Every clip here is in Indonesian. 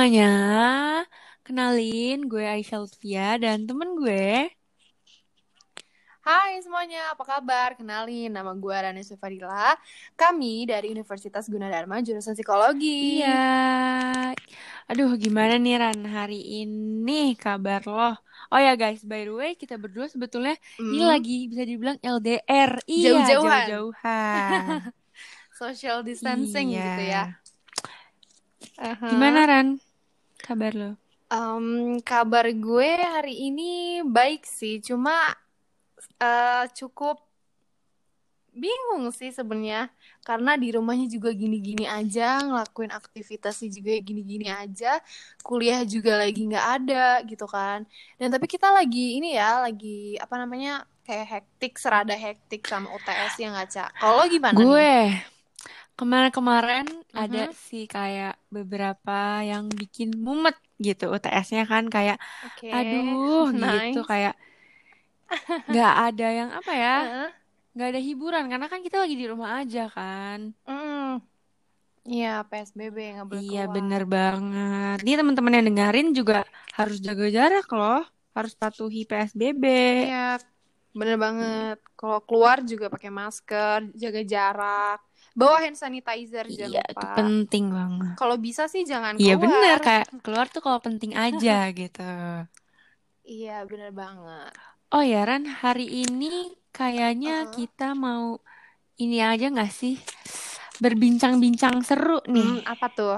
semuanya, kenalin gue Aisyah Lutfia dan temen gue. Hai semuanya, apa kabar? Kenalin, nama gue Rani Fadila. Kami dari Universitas Gunadarma, jurusan Iya, Psikologi. aduh gimana nih Ran hari ini kabar lo? Oh ya guys, by the way kita berdua sebetulnya ini Hmm, lagi bisa dibilang LDR. Iya, Jauh-jauhan, jauh-jauhan. social distancing Iya. gitu ya. Gimana Aha. Ran kabar lo? Kabar gue hari ini baik sih, cuma cukup bingung sih sebenarnya karena di rumahnya juga gini-gini aja, ngelakuin aktivitasnya juga gini-gini aja, kuliah juga lagi nggak ada gitu kan. Dan tapi kita lagi ini ya, lagi apa namanya kayak hektik, serada hektik sama UTS ya nggak Cak? Kalau gimana nih? Gue kemarin-kemarin ada Mhm. sih kayak beberapa yang bikin mumet gitu UTS-nya kan kayak Oke, aduh gitu nice. kayak nggak ada yang apa ya, Heeh. nggak ada hiburan karena kan kita lagi di rumah aja kan. Mm. Iya, PSBB nggak boleh Iya keluar. bener banget. Ini teman-teman yang dengerin juga harus jaga jarak loh, harus patuhi PSBB. Iya, bener banget. Kalau keluar juga pakai masker, jaga jarak, bawa hand sanitizer jangan Iya itu lupa. penting banget. Kalau bisa sih jangan Iya bener keluar. kayak keluar tuh kalau penting aja gitu. Iya, bener banget. Oh ya Ran, hari ini kayaknya Uh-uh. kita mau ini aja nggak sih berbincang-bincang seru nih. Apa tuh?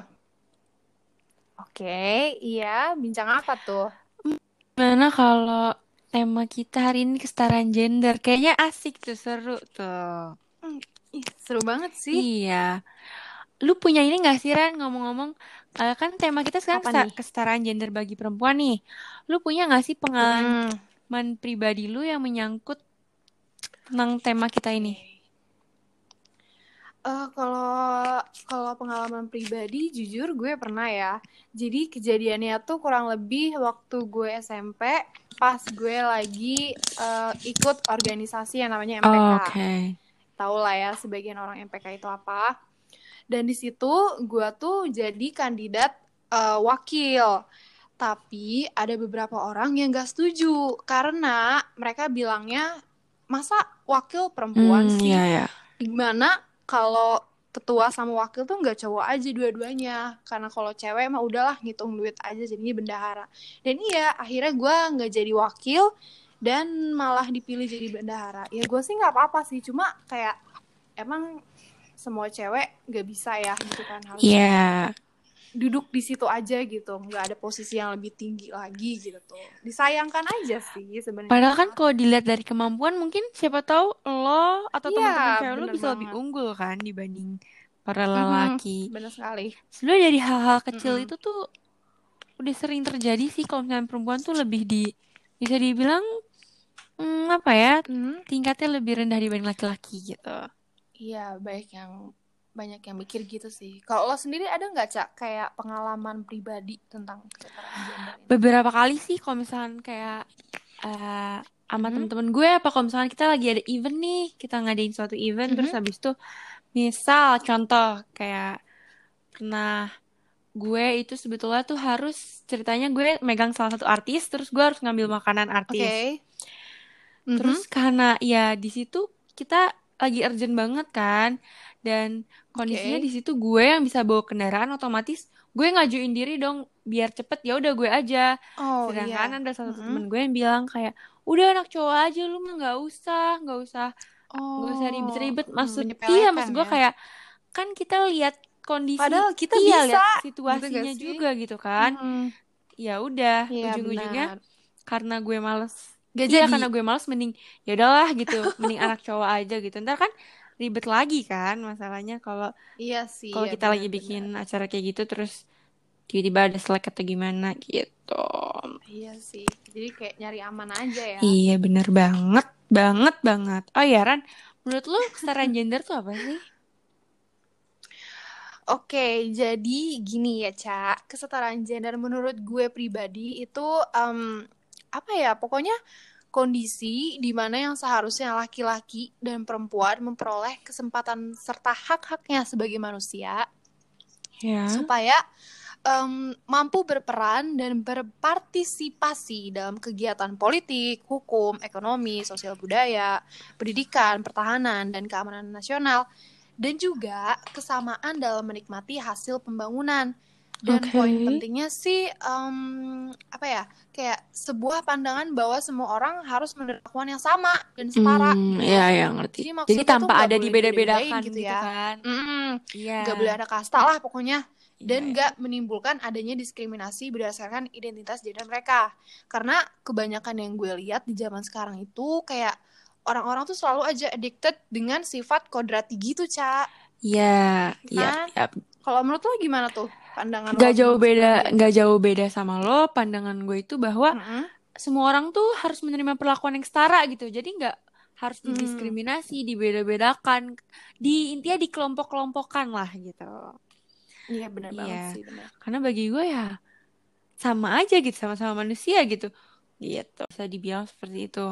Oke, iya, bincang apa tuh? Gimana kalau tema kita hari ini kesetaraan gender? Kayaknya asik tuh, seru tuh. Hmm, ih, seru banget sih. Iya. Lu punya ini nggak sih Ran ngomong-ngomong? Kan tema kita sekarang Apa nih? kesetaraan gender bagi perempuan nih. Lu punya nggak sih Mm-mm. pengalaman pribadi lu yang menyangkut tentang tema kita ini? Oke. Kalau kalau pengalaman pribadi, jujur gue pernah ya. Jadi kejadiannya tuh kurang lebih waktu gue SMP, pas gue lagi ikut organisasi yang namanya MPK. Oke. Tahu lah ya sebagian orang MPK itu apa. Dan di situ gue tuh jadi kandidat wakil. Tapi ada beberapa orang yang gak setuju karena mereka bilangnya masa wakil perempuan Iya sih? ya. Gimana kalau ketua sama wakil tuh nggak cowok aja dua-duanya? Karena kalau cewek mah udahlah ngitung duit aja jadinya bendahara. Dan iya akhirnya gue nggak jadi wakil dan malah dipilih jadi bendahara. Ya gue sih nggak apa-apa sih, cuma kayak emang semua cewek nggak bisa ya gitu kan, harus Iya. duduk di situ aja gitu, nggak ada posisi yang lebih tinggi lagi gitu tuh. Disayangkan aja sih Padahal kan sebenarnya. kalau dilihat dari kemampuan mungkin siapa tahu lo atau Iya, teman-teman cewek lo bener bisa lebih banget. unggul kan dibanding para Mhm, lelaki. bener sekali. Sebenarnya dari hal-hal kecil Mhm. itu tuh udah sering terjadi sih kalau misalnya perempuan tuh lebih bisa dibilang apa ya, Mhm. tingkatnya lebih rendah dibanding laki-laki gitu. Iya, banyak yang mikir gitu sih. Kalau lo sendiri ada nggak Cak kayak pengalaman pribadi tentang kesetaraan gender ini? Beberapa kali sih kalau misalnya kayak eh, sama Mhm. temen-temen gue apa kalau misalnya kita lagi ada event nih, kita ngadain suatu event terus Mhm. habis itu misal contoh kayak nah gue itu sebetulnya tuh harus ceritanya gue megang salah satu artis terus gue harus ngambil makanan artis. Oke. Mhm. Terus karena ya di situ kita lagi urgent banget kan dan kondisinya di Oke. situ gue yang bisa bawa kendaraan otomatis gue ngajuin diri dong biar cepet ya udah gue aja. Oh iya. Sedangkan ada salah satu Mhm. temen gue yang bilang kayak udah anak cowok aja lu mah nggak usah Oh, ribet-ribet maksud menyepelekan gue ya. kayak kan kita lihat kondisi Padahal kita iya bisa, lihat gitu gak situasinya sih? juga gitu kan Mhm. ya udah Iya ujung-ujungnya benar. karena gue males Gak iya karena jadi. gue males mending ya udahlah gitu mending anak cowok aja gitu ntar kan ribet lagi kan masalahnya kalau Iya sih, kalau ya kita lagi bikin benar-benar. acara kayak gitu terus tiba-tiba ada Slack atau gimana gitu. Iya sih. Jadi kayak nyari aman aja ya. Iya bener banget banget banget. Oh ya Ran, menurut lu kesetaraan gender tuh apa sih? Oke, jadi gini ya, Cak. Kesetaraan gender menurut gue pribadi itu apa ya? Pokoknya kondisi di mana yang seharusnya laki-laki dan perempuan memperoleh kesempatan serta hak-haknya sebagai manusia Ya. supaya mampu berperan dan berpartisipasi dalam kegiatan politik, hukum, ekonomi, sosial budaya, pendidikan, pertahanan, dan keamanan nasional, dan juga kesamaan dalam menikmati hasil pembangunan. Dan poin pentingnya sih apa ya, kayak sebuah pandangan bahwa semua orang harus mendapatkan yang sama dan setara gitu. Iya, ngerti. Jadi Jadi maksudnya tuh tanpa nggak ada boleh dibeda-bedakan dibeda-bedain gitu gitu ya. kan. Iya. Nggak boleh ada kasta lah pokoknya. Dan Iya. nggak menimbulkan adanya diskriminasi berdasarkan identitas gender mereka. Karena kebanyakan yang gue lihat di zaman sekarang itu kayak orang-orang tuh selalu aja addicted dengan sifat kodrati gitu, Ca. Iya, Kan? iya. Kalau menurut lo gimana tuh pandangan lo Nggak jauh tentang beda, sebagian? nggak jauh beda sama lo. Pandangan gue itu bahwa Mm-mm. semua orang tuh harus menerima perlakuan yang setara gitu. Jadi nggak harus didiskriminasi, dibeda-bedakan, intinya dikelompok-kelompokkan lah gitu. Iya benar banget Iya, sih, benar. karena bagi gue ya sama aja gitu, sama-sama manusia gitu. Gitu, bisa dibilang seperti itu.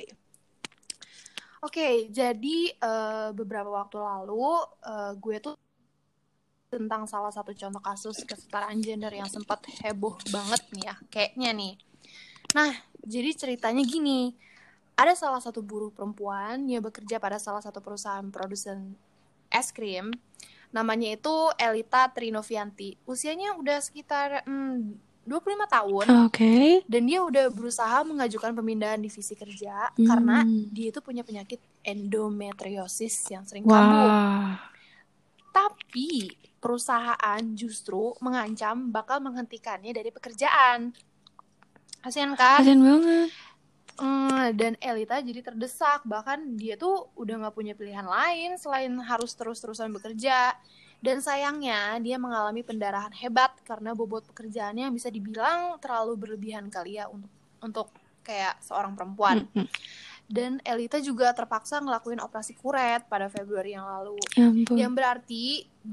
Oke, jadi beberapa waktu lalu gue tuh tentang salah satu contoh kasus kesetaraan gender yang sempat heboh banget nih ya, kayaknya nih. Nah, jadi ceritanya gini, ada salah satu buruh perempuan yang bekerja pada salah satu perusahaan produsen es krim, namanya itu Elita Trinovianti. Usianya udah sekitar 25 tahun. Oke. Dan dia udah berusaha mengajukan pemindahan divisi kerja karena dia itu punya penyakit endometriosis yang sering kambuh. Tapi perusahaan justru mengancam bakal menghentikannya dari pekerjaan. Kasian kan? Kasian banget. Dan Elita jadi terdesak. Bahkan dia tuh udah gak punya pilihan lain selain harus terus-terusan bekerja. Dan sayangnya dia mengalami pendarahan hebat karena bobot pekerjaannya yang bisa dibilang terlalu berlebihan kali ya untuk kayak seorang perempuan. Dan Elita juga terpaksa ngelakuin operasi kuret pada Februari yang lalu. Yang berarti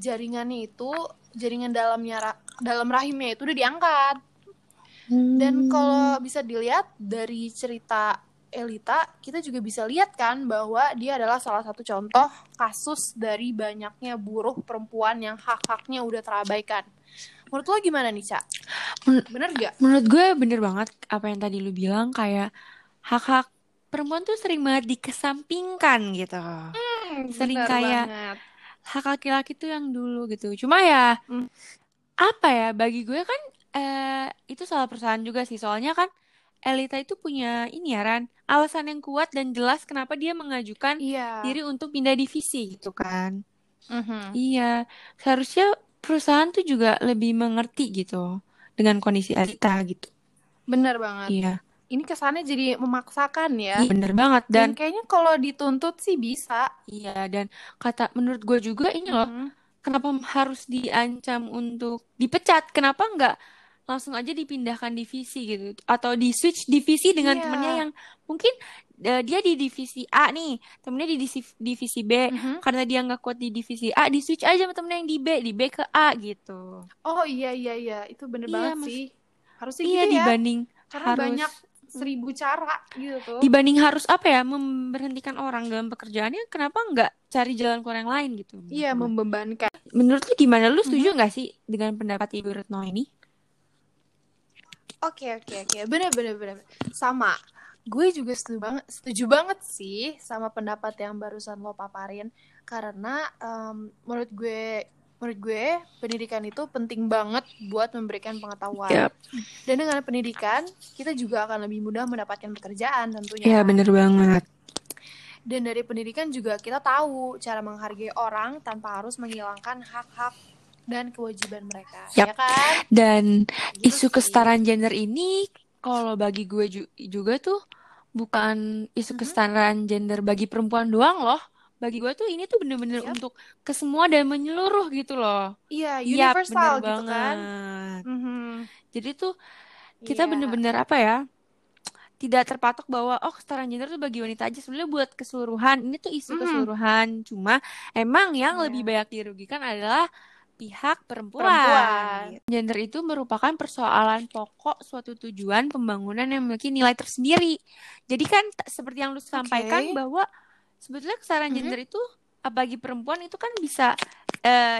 jaringan dalam rahimnya itu udah diangkat. Dan kalau bisa dilihat dari cerita Elita, kita juga bisa lihat kan bahwa dia adalah salah satu contoh kasus dari banyaknya buruh perempuan yang hak-haknya udah terabaikan. Menurut lo gimana nih, Ca? Bener gak? Menurut gue bener banget apa yang tadi lu bilang, kayak hak-hak perempuan tuh sering banget dikesampingkan gitu. Sering kayak banget. Hak laki-laki tuh yang dulu gitu. Cuma ya apa ya, bagi gue kan itu salah perusahaan juga sih. Soalnya kan Elita itu punya ini ya Ran, alasan yang kuat dan jelas kenapa dia mengajukan diri untuk pindah divisi gitu kan. Iya, seharusnya perusahaan tuh juga lebih mengerti gitu dengan kondisi Elita gitu. Bener banget. Iya. Ini kesannya jadi memaksakan ya. Iya, bener banget. Dan kayaknya kalau dituntut sih bisa. Iya, dan menurut gue juga ini loh, kenapa harus diancam untuk dipecat? Kenapa nggak langsung aja dipindahkan divisi gitu? Atau di switch divisi dengan temennya yang mungkin dia di divisi A nih, temennya di divisi B. Karena dia nggak kuat di divisi A, di switch aja sama temennya yang di B ke A gitu. Oh iya, itu bener banget sih. Harusnya iya, gitu ya. Dibanding karena harus banyak 1000 cara gitu tuh. Dibanding harus memberhentikan orang dalam pekerjaannya, kenapa nggak cari jalan keluar yang lain gitu? Iya, membebankan. Menurut lu gimana? Lu setuju nggak sih dengan pendapat Ibu Retno ini? Oke. Bener. Sama. Gue juga setuju banget sih sama pendapat yang barusan lo paparin. Karena menurut gue pendidikan itu penting banget buat memberikan pengetahuan. Dan dengan pendidikan kita juga akan lebih mudah mendapatkan pekerjaan tentunya. Iya, bener banget. Dan dari pendidikan juga kita tahu cara menghargai orang tanpa harus menghilangkan hak-hak dan kewajiban mereka. Ya kan? Dan isu kesetaraan gender ini kalau bagi gue juga tuh bukan isu kesetaraan gender bagi perempuan doang loh. Bagi gue tuh ini tuh bener-bener untuk ke semua dan menyeluruh gitu loh. Iya, universal bener gitu kan. Jadi tuh kita bener-bener apa ya, tidak terpatok bahwa kesetaraan gender tuh bagi wanita aja. Sebenarnya buat keseluruhan. Ini tuh isu keseluruhan. Cuma emang yang lebih banyak dirugikan adalah pihak perempuan. Gender itu merupakan persoalan pokok suatu tujuan pembangunan yang memiliki nilai tersendiri. Jadi kan seperti yang lu sampaikan bahwa sebetulnya kesetaraan gender itu bagi perempuan itu kan bisa ya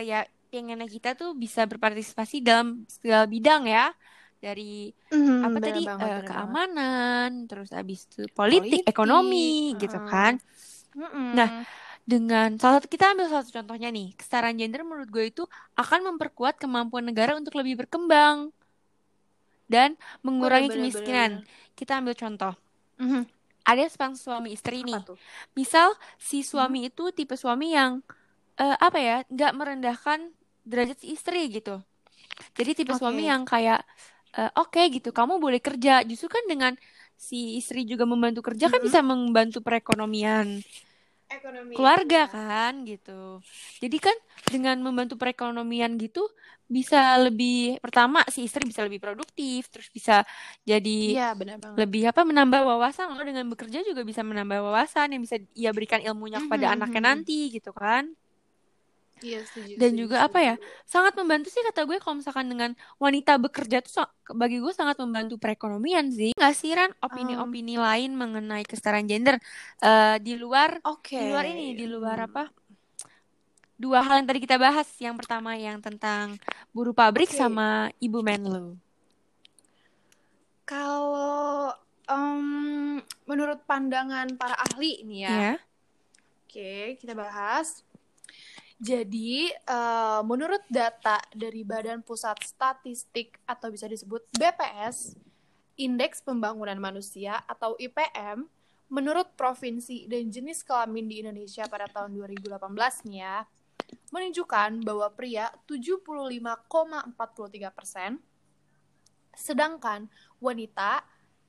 pengennya kita tuh bisa berpartisipasi dalam segala bidang ya. Dari apa Bener tadi banget, bener banget. keamanan, terus abis itu politik, Politik. ekonomi gitu kan. Nah, Mm-mm. dengan salah satu kita ambil salah satu contohnya nih, kesetaraan gender menurut gue itu akan memperkuat kemampuan negara untuk lebih berkembang dan Bener, mengurangi bener, bener, kemiskinan. bener. Kita ambil contoh, Mhm. ada sepasang suami istri Apa nih. tuh? Misal si Mhm. suami itu tipe suami yang apa ya, nggak merendahkan derajat si istri gitu. Jadi tipe suami Oke. yang kayak oke gitu, kamu boleh kerja. Justru kan dengan si istri juga membantu kerja kan Mhm. bisa membantu perekonomian Ekonomi, keluarga iya. kan gitu. Jadi kan dengan membantu perekonomian gitu bisa lebih pertama si istri bisa lebih produktif, terus bisa jadi Iya, benar banget. lebih apa menambah wawasan loh dengan bekerja juga bisa menambah wawasan yang bisa ia berikan ilmunya Mhm, kepada mhm, anaknya mhm. nanti gitu kan. Iya, setuju, Dan setuju, juga apa setuju. ya, sangat membantu sih kata gue kalau misalkan dengan wanita bekerja tuh bagi gue sangat membantu perekonomian sih. Nggak sih Ran, Um, opini-opini lain mengenai kesetaraan gender di luar oke. ini, di luar Hmm. apa? Dua hal yang tadi kita bahas. Yang pertama yang tentang buruh pabrik Oke. sama ibu Menlu. Kalau menurut pandangan para ahli nih ya. Ya. Oke, kita bahas. Jadi, menurut data dari Badan Pusat Statistik atau bisa disebut BPS, Indeks Pembangunan Manusia atau IPM, menurut provinsi dan jenis kelamin di Indonesia pada tahun 2018 nih ya, menunjukkan bahwa pria 75,43%, sedangkan wanita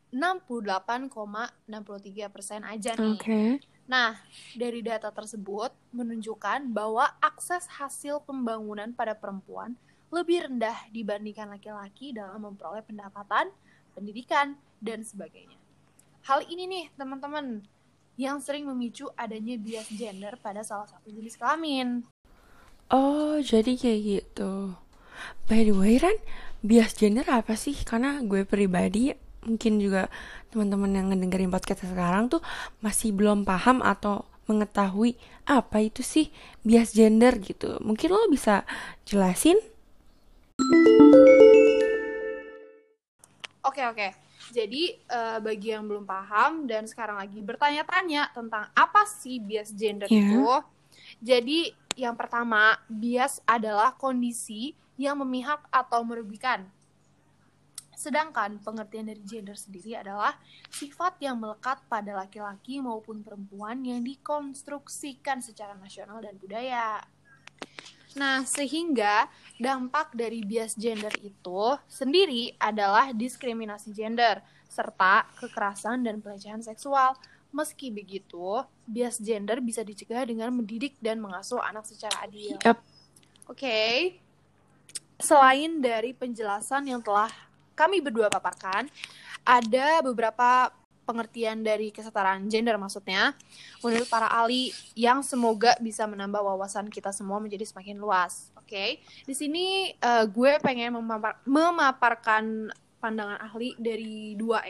68,63% aja nih. Oke. Nah, dari data tersebut menunjukkan bahwa akses hasil pembangunan pada perempuan lebih rendah dibandingkan laki-laki dalam memperoleh pendapatan, pendidikan, dan sebagainya. Hal ini nih, teman-teman, yang sering memicu adanya bias gender pada salah satu jenis kelamin. Oh, jadi kayak gitu. By the way, Ran, bias gender apa sih? Karena gue pribadi, mungkin juga teman-teman yang ngedengerin podcast sekarang tuh masih belum paham atau mengetahui apa itu sih bias gender gitu. Mungkin lo bisa jelasin? Oke. Jadi, bagi yang belum paham dan sekarang lagi bertanya-tanya tentang apa sih bias gender itu, Ya. jadi yang pertama, bias adalah kondisi yang memihak atau merugikan. Sedangkan pengertian dari gender sendiri adalah sifat yang melekat pada laki-laki maupun perempuan yang dikonstruksikan secara nasional dan budaya. Nah, sehingga dampak dari bias gender itu sendiri adalah diskriminasi gender, serta kekerasan dan pelecehan seksual. Meski begitu, bias gender bisa dicegah dengan mendidik dan mengasuh anak secara adil. Yep. Oke. Selain dari penjelasan yang telah kami berdua paparkan, ada beberapa pengertian dari kesetaraan gender maksudnya menurut para ahli yang semoga bisa menambah wawasan kita semua menjadi semakin luas. Oke. Di sini gue pengen memaparkan pandangan ahli dari dua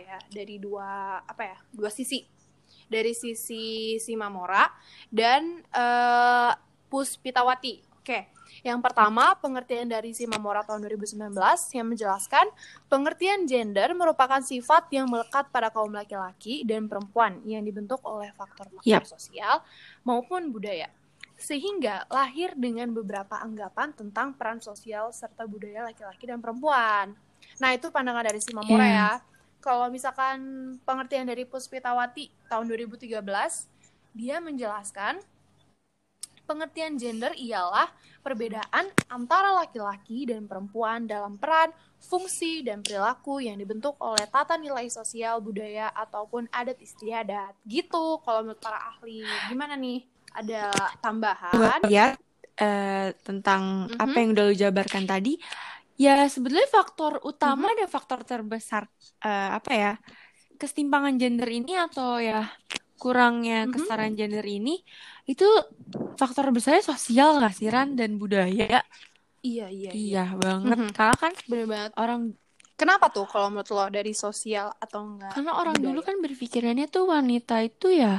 sisi. Dari sisi Simamora dan Puspitawati. Oke. Yang pertama, pengertian dari Simamora tahun 2019 yang menjelaskan pengertian gender merupakan sifat yang melekat pada kaum laki-laki dan perempuan yang dibentuk oleh faktor-faktor sosial maupun budaya. Sehingga lahir dengan beberapa anggapan tentang peran sosial serta budaya laki-laki dan perempuan. Nah, itu pandangan dari Simamora ya. Kalau misalkan pengertian dari Puspitawati tahun 2013, dia menjelaskan pengertian gender ialah perbedaan antara laki-laki dan perempuan dalam peran, fungsi, dan perilaku yang dibentuk oleh tata nilai sosial, budaya, ataupun adat istiadat. Gitu kalau menurut para ahli. Gimana nih? Ada tambahan? Ya, tentang apa yang udah lu jabarkan tadi. Ya, sebetulnya faktor utama dan faktor terbesar kesetimpangan gender ini atau ya kurangnya kesetaraan gender ini itu faktor besarnya sosial nggak sih Ran dan budaya. Iya banget. Karena kan bener banget. orang kenapa tuh kalau menurut lo dari sosial atau enggak karena orang budaya? dulu kan berpikirannya tuh wanita itu ya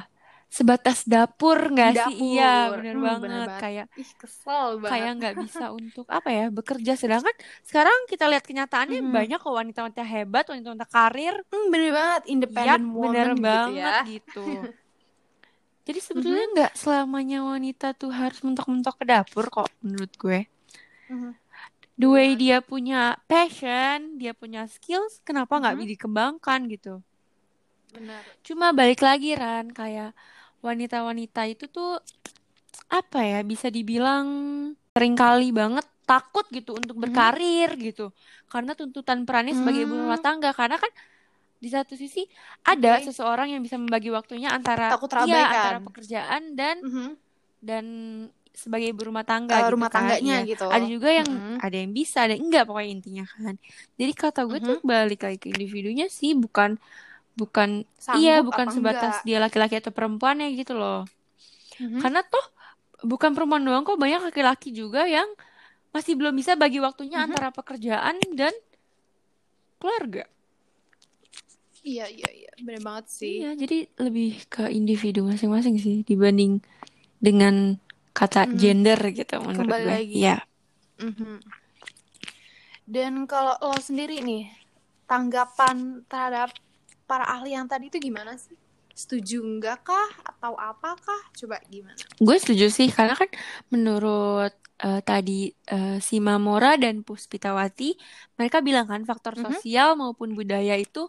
sebatas dapur di nggak sih? Iya, dapur. bener Bener banget. banget. Kayak Ih, kesel kayak banget. nggak bisa untuk apa ya bekerja. Sedangkan sekarang kita lihat kenyataannya Mhm. banyak kok wanita-wanita hebat, wanita-wanita karir. Bener banget, Yap, independent bener woman gitu banget ya. gitu. Jadi sebetulnya Mhm. nggak selamanya wanita tuh harus mentok-mentok ke dapur kok menurut gue. Mhm. The Bener way banget. dia punya passion, dia punya skills, kenapa nggak Mhm. dikembangkan gitu? Benar. Cuma balik lagi Ran, kayak wanita-wanita itu tuh apa ya bisa dibilang seringkali banget takut gitu untuk Mhm. berkarir gitu. Karena tuntutan perannya sebagai ibu rumah Hmm, tangga. Karena kan di satu sisi ada oke. seseorang yang bisa membagi waktunya antara Takut iya antara terabaikan. pekerjaan dan Mhm. dan sebagai ibu rumah tangga gitu Rumah kan. tangganya Iya, gitu. ada juga yang Mhm. ada yang bisa, ada yang enggak pokoknya intinya kan. Jadi kata gue tuh Mhm. balik lagi ke individunya sih, bukan bukan iya Sanggup bukan apa sebatas enggak. dia laki-laki atau perempuannya gitu loh. Mhm. Karena toh bukan perempuan doang kok, banyak laki-laki juga yang masih belum bisa bagi waktunya Mhm. antara pekerjaan dan keluarga. Iya, iya, iya. Bener banget sih. Iya, jadi lebih ke individu masing-masing sih dibanding dengan kata Mhm. gender gitu menurut Kembali gue. lagi. Iya. Mhm. Dan kalau lo sendiri nih, tanggapan terhadap para ahli yang tadi itu gimana sih? Setuju enggak kah? Atau apakah? Coba gimana? Gue setuju sih karena kan menurut tadi si Mamora dan Puspitawati mereka bilang kan faktor Mhm. sosial maupun budaya itu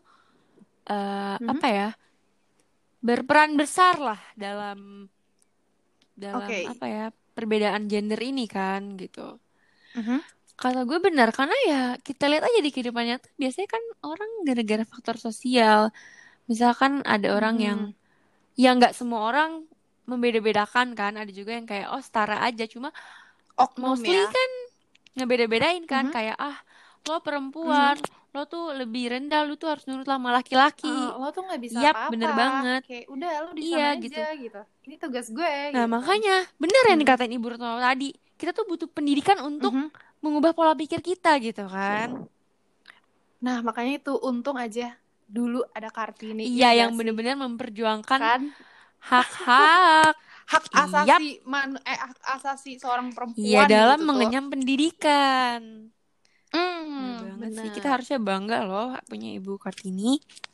Mhm. apa ya berperan besar lah dalam dalam Oke. apa ya perbedaan gender ini kan gitu. Mhm. Kata gue benar karena ya kita lihat aja di kehidupan nyata biasanya kan orang gara-gara faktor sosial. Misalkan ada orang Mhm. yang nggak semua orang membeda-bedakan kan, ada juga yang kayak oh setara aja cuma Oknum mostly ya. kan ngebeda-bedain kan Mhm. kayak lo Mhm. perempuan, lo tuh lebih rendah, lo tuh harus nurut sama laki-laki. Lo tuh nggak bisa Yap, bener apa-apa. banget. Kayak udah lo di Iya sana gitu. aja gitu. Ini tugas gue Nah, gitu kan. makanya bener yang Mhm. dikatain Ibu Retno tadi. Kita tuh butuh pendidikan untuk Mhm. mengubah pola pikir kita gitu kan. Nah, makanya itu untung aja dulu ada Kartini, Iya, ya yang gak sih? bener-bener memperjuangkan Kan hak-hak. hak Yap, asasi hak asasi seorang iya perempuan dalam gitu tuh. mengenyam pendidikan. Bener banget sih. Kita Benar. harusnya bangga loh punya Ibu Kartini.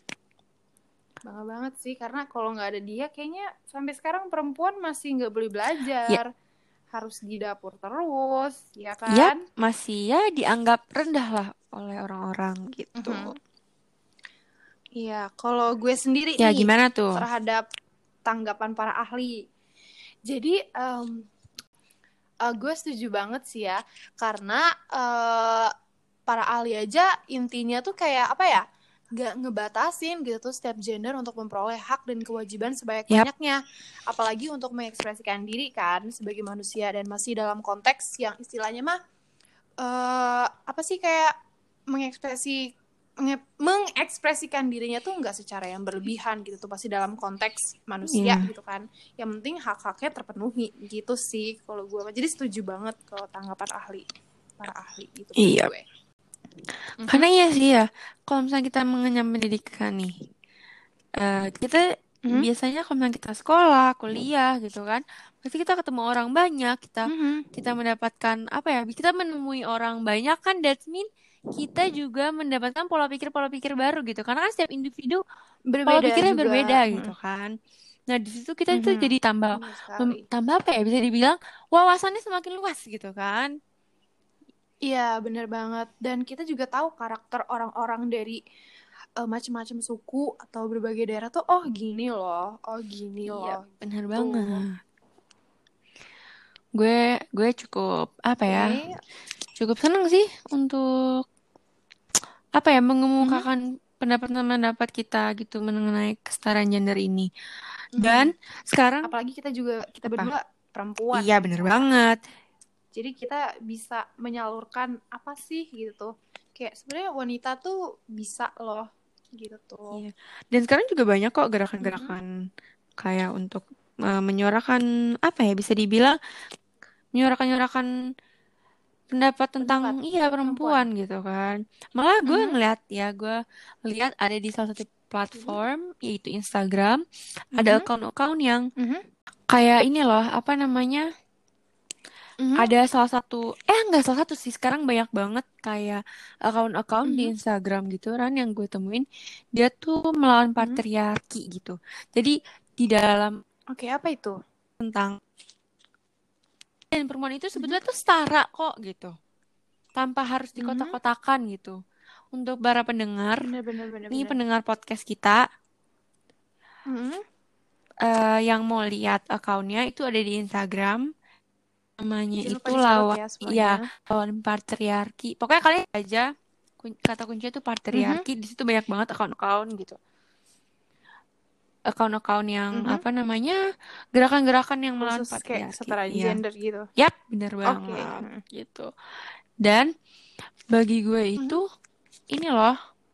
Bangga banget sih karena kalau nggak ada dia kayaknya sampai sekarang perempuan masih nggak boleh Ya, belajar, harus di dapur terus, ya yap, kan? masih ya dianggap rendah lah oleh orang-orang gitu. Mhm. Iya, kalau gue sendiri Ya, nih gimana tuh? terhadap tanggapan para ahli. Jadi gue setuju banget sih ya, karena para ahli aja intinya tuh kayak apa ya, nggak ngebatasin gitu tuh setiap gender untuk memperoleh hak dan kewajiban Yap, sebanyak-banyaknya, apalagi untuk mengekspresikan diri kan sebagai manusia dan masih dalam konteks yang istilahnya mah apa sih kayak mengekspresi mengekspresikan dirinya tuh nggak secara yang berlebihan gitu tuh pasti dalam konteks manusia iya, gitu kan, yang penting hak-haknya terpenuhi gitu sih kalau gue. Jadi setuju banget kalau tanggapan para ahli gitu menurut iya. gue. Karena Mhm. iya sih ya, kalau misalnya kita mengenyam pendidikan nih, kita Mhm. biasanya kalau misalnya kita sekolah, kuliah gitu kan, pasti kita ketemu orang banyak, kita Mhm. kita mendapatkan apa ya, kita menemui orang banyak kan, that mean kita juga mendapatkan pola pikir baru gitu. Karena kan setiap individu pola Berbeda pikirnya berbeda juga. gitu kan. Nah, di situ kita tuh Mhm. jadi tambah Benar sekali. tambah apa ya, bisa dibilang wawasannya semakin luas gitu kan. Iya, benar banget. Dan kita juga tahu karakter orang-orang dari macam-macam suku atau berbagai daerah tuh oh gini Iya, loh benar gitu. banget. Gue cukup apa ya? Oke. Cukup seneng sih untuk apa ya Mhm. mengemukakan pendapat-pendapat kita gitu mengenai kesetaraan gender ini. Mhm. Dan sekarang Apalagi kita apa? berdua perempuan Iya, kan bener cewek. banget. Jadi kita bisa menyalurkan apa sih gitu tuh. Kayak sebenarnya wanita tuh bisa loh gitu tuh. Iya. Dan sekarang juga banyak kok Mhm. gerakan-gerakan kayak untuk menyuarakan apa ya bisa dibilang menyuarakan pendapat tentang Pendapat iya perempuan. perempuan gitu kan. Malah gue Mhm. ngeliat ya, gue lihat ada di salah satu platform yaitu Instagram, ada account-account yang Mhm. kayak ini loh, apa namanya? Mhm. Ada salah satu, enggak salah satu sih, sekarang banyak banget kayak account-account di Mhm. Instagram gitu kan yang gue temuin, dia tuh melawan Mhm. patriarki gitu. Jadi di dalam Oke, apa itu? tentang dan perempuan itu Mhm. sebetulnya tuh setara kok gitu, tanpa harus Mhm. dikotak-kotakan gitu. Untuk para pendengar, Bener, bener, bener, nih bener. pendengar podcast kita, Mhm. yang mau lihat akunnya itu ada di Instagram, namanya Jangan lupa itu dicatat lawan, ya ya, semuanya. lawan patriarki. Pokoknya kalian aja kata kuncinya itu Mhm. patriarki. Di situ banyak banget akun-akun gitu. Akun-akun yang Mhm. apa namanya, gerakan-gerakan yang melawan Khusus kayak patriarki. kesetaraan Iya, gender gitu. yap, bener Oke. banget gitu. Dan bagi gue itu Mhm. ini loh,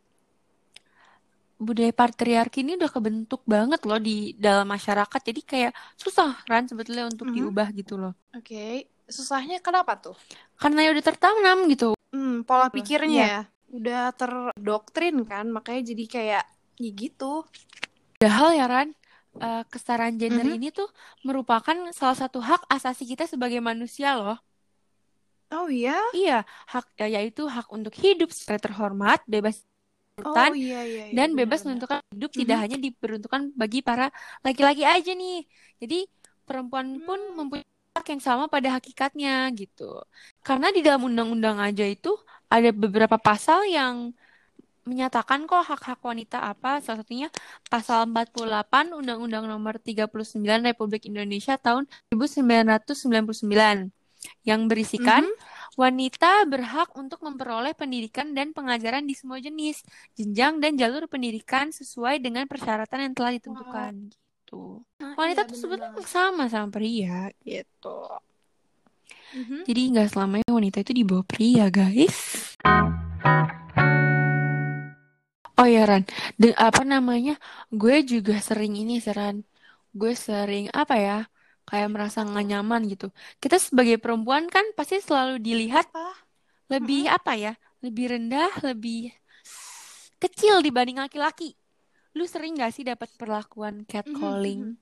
budaya patriarki ini udah kebentuk banget loh di dalam masyarakat. Jadi kayak susah kan sebetulnya untuk Mhm. diubah gitu loh. Oke. Susahnya kenapa tuh? Karena ya udah tertanam gitu. Pola pikirnya Iya. ya. Udah terdoktrin kan, makanya jadi kayak ya gitu. Padahal ya Ran, kesetaraan gender Mhm. ini tuh merupakan salah satu hak asasi kita sebagai manusia loh. Oh iya? Iya, hak yaitu hak untuk hidup secara terhormat, bebas Oh tuntutan, iya, iya, iya, dan bebas benar-benar. menentukan hidup tidak Mhm. hanya diperuntukkan bagi para laki-laki aja nih. Jadi perempuan pun Hmm. mempunyai hak yang sama pada hakikatnya gitu. Karena di dalam undang-undang aja itu ada beberapa pasal yang menyatakan kok hak-hak wanita apa, salah satunya pasal 48 Undang-Undang Nomor 39 Republik Indonesia tahun 1999 yang berisikan Mhm. wanita berhak untuk memperoleh pendidikan dan pengajaran di semua jenis, jenjang dan jalur pendidikan sesuai dengan persyaratan yang telah Wah, ditentukan gitu. nah, Wanita iya tuh bener sebetulnya banget. sama pria gitu. Mhm. Jadi nggak selamanya wanita itu di bawah pria, guys. Oh ya Ran, apa namanya? Gue juga sering ini, Ran. Gue sering apa ya? Kayak merasa Apa nggak tuh? nyaman gitu. Kita sebagai perempuan kan pasti selalu dilihat Apa? lebih Mhm. apa ya? Lebih rendah, lebih kecil dibanding laki-laki. Lu sering gak sih dapat perlakuan Mhm. catcalling? Mhm.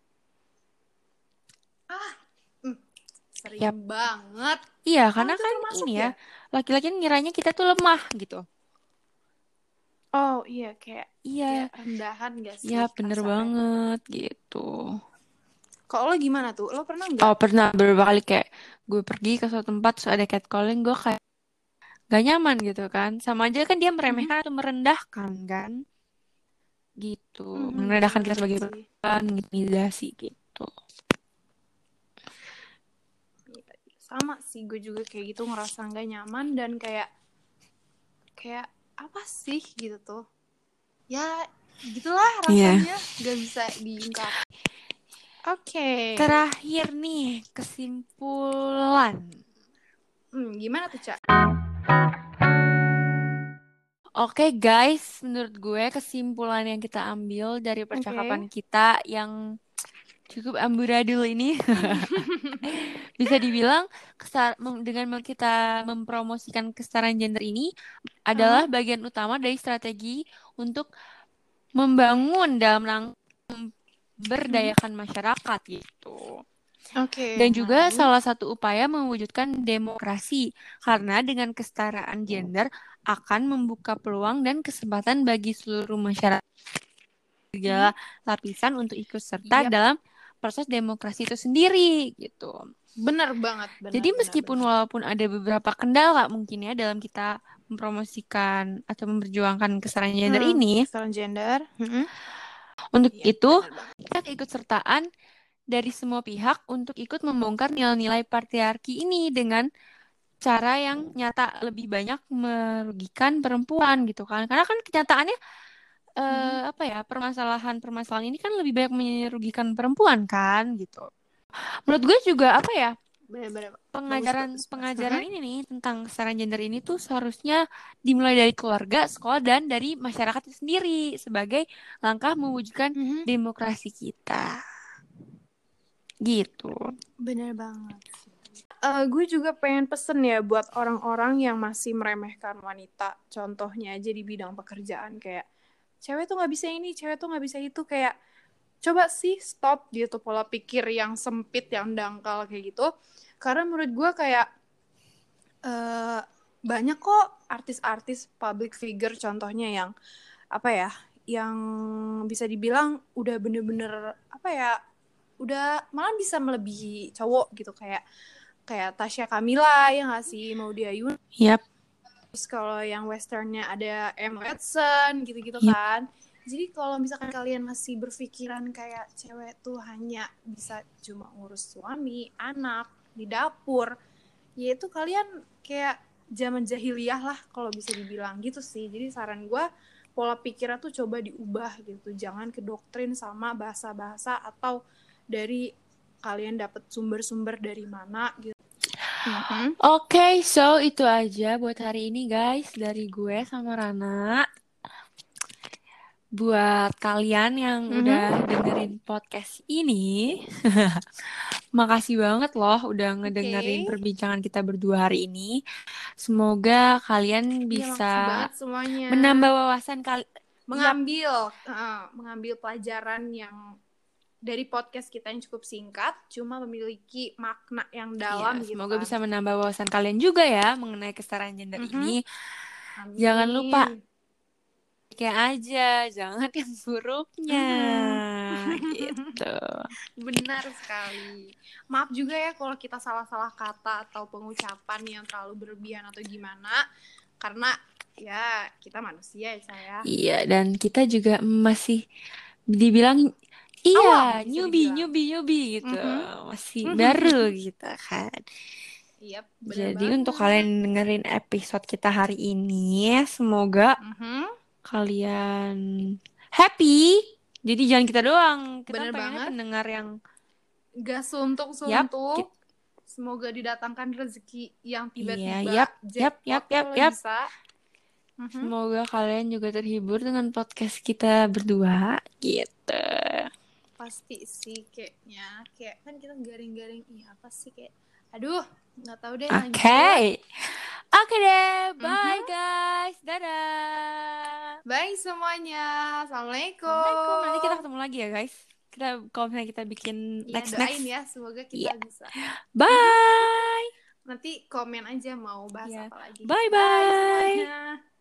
Ah, mm, sering Yap. banget. Iya, Oh, karena itu kan termasuk ini ya, ya? laki-laki ngiranya kita tuh lemah gitu. Oh iya, kayak Iya, kayak rendahan gak ya sih bener kasarnya? banget gitu. Kalau lo gimana tuh? Lo pernah nggak? Oh, pernah beberapa kali kayak gue pergi ke suatu tempat terus ada catcalling, gue kayak gak nyaman gitu kan. Sama aja kan dia Mhm. meremehkan atau merendahkan kan. Gitu. Mhm, Merendahkan bener kita banget sebagai sih. perempuan, intimidasi gitu. Iya, sama sih, gue juga kayak gitu ngerasa nggak nyaman dan kayak kayak apa sih gitu tuh? Ya, gitulah Iya. rasanya, nggak bisa diungkap. Oke. Terakhir nih, kesimpulan. Gimana tuh, Cak? Oke guys, menurut gue kesimpulan yang kita ambil dari percakapan Oke. kita yang cukup amburadul ini bisa dibilang dengan kita mempromosikan kesetaraan gender ini adalah Aha. bagian utama dari strategi untuk membangun dalam rangka Mhm. berdayakan masyarakat gitu. Oke, Dan nah juga ini. salah satu upaya mewujudkan demokrasi karena dengan kesetaraan gender akan membuka peluang dan kesempatan bagi seluruh masyarakat Mhm. segala lapisan untuk ikut serta Yap, dalam proses demokrasi itu sendiri gitu. benar banget, Jadi benar, benar, meskipun benar. walaupun ada beberapa kendala mungkin ya dalam kita mempromosikan atau memperjuangkan kesetaraan gender ini, Kesetaraan gender. untuk Yap, itu benar banget. kita ikut sertaan dari semua pihak untuk ikut membongkar nilai-nilai patriarki ini dengan cara yang nyata lebih banyak merugikan perempuan gitu kan. Karena kan kenyataannya Mhm. apa ya, permasalahan-permasalahan ini kan lebih banyak merugikan perempuan kan gitu. Menurut gue juga apa ya, Benar-benar bagus, pengajaran bagus, Mas. pengajaran ini nih tentang kesetaraan gender ini tuh seharusnya dimulai dari keluarga, sekolah dan dari masyarakat itu sendiri sebagai langkah mewujudkan Mhm. demokrasi kita. Gitu. Benar banget. Gue juga pengen pesen ya buat orang-orang yang masih meremehkan wanita. Contohnya aja di bidang pekerjaan kayak cewek tuh nggak bisa ini, cewek tuh nggak bisa itu. Kayak coba sih stop gitu pola pikir yang sempit, yang dangkal kayak gitu. Karena menurut gue kayak banyak kok artis-artis public figure contohnya yang apa ya, yang bisa dibilang udah bener-bener apa ya, udah malah bisa melebihi cowok gitu. Kayak Tasya Kamila ya nggak sih, Maudy Ayunda. Yap. Terus kalau yang westernnya ada Emma Watson gitu-gitu Yep. kan. Jadi kalau misalkan kalian masih berpikiran kayak cewek tuh hanya bisa cuma ngurus suami, anak, di dapur, ya itu kalian kayak zaman jahiliyah lah kalau bisa dibilang gitu sih. Jadi saran gue, pola pikirnya tuh coba diubah gitu. Jangan kedoktrin sama bahasa-bahasa atau dari kalian dapat sumber-sumber dari mana gitu. Oke, so itu aja buat hari ini guys dari gue sama Rana. Buat kalian yang udah dengerin podcast ini, makasih banget loh udah ngedengerin perbincangan kita berdua hari ini. Semoga kalian bisa menambah wawasan mengambil pelajaran yang dari podcast kita yang cukup singkat, cuma memiliki makna yang dalam gitu. Semoga bisa menambah wawasan kalian juga ya mengenai kesetaraan gender ini. Amin. Jangan lupa kayak aja, jangan yang buruknya. Gitu. Benar sekali. Maaf juga ya kalau kita salah-salah kata atau pengucapan yang terlalu berlebihan atau gimana, karena ya kita manusia ya saya. Iya, dan kita juga masih dibilang newbie gitu. Masih baru gitu kan. Yep, jadi banget. Untuk kalian dengerin episode kita hari ini, semoga kalian happy. Jadi jangan kita doang, kita pengennya pendengar yang gak suntuk-suntuk. Semoga didatangkan rezeki yang tiba-tiba. Yap. Bisa. Semoga kalian juga terhibur dengan podcast kita berdua gitu. Pasti sih kayaknya. Kayak kan kita garing-garing, apa sih kayak, aduh, nggak tahu deh. Oke deh, bye guys, dadah. Bye semuanya, assalamualaikum. Nanti kita ketemu lagi ya guys. Kalau misalnya kita bikin next. Doain ya, semoga kita bisa. Bye. Nanti komen aja mau bahas apa lagi. Bye.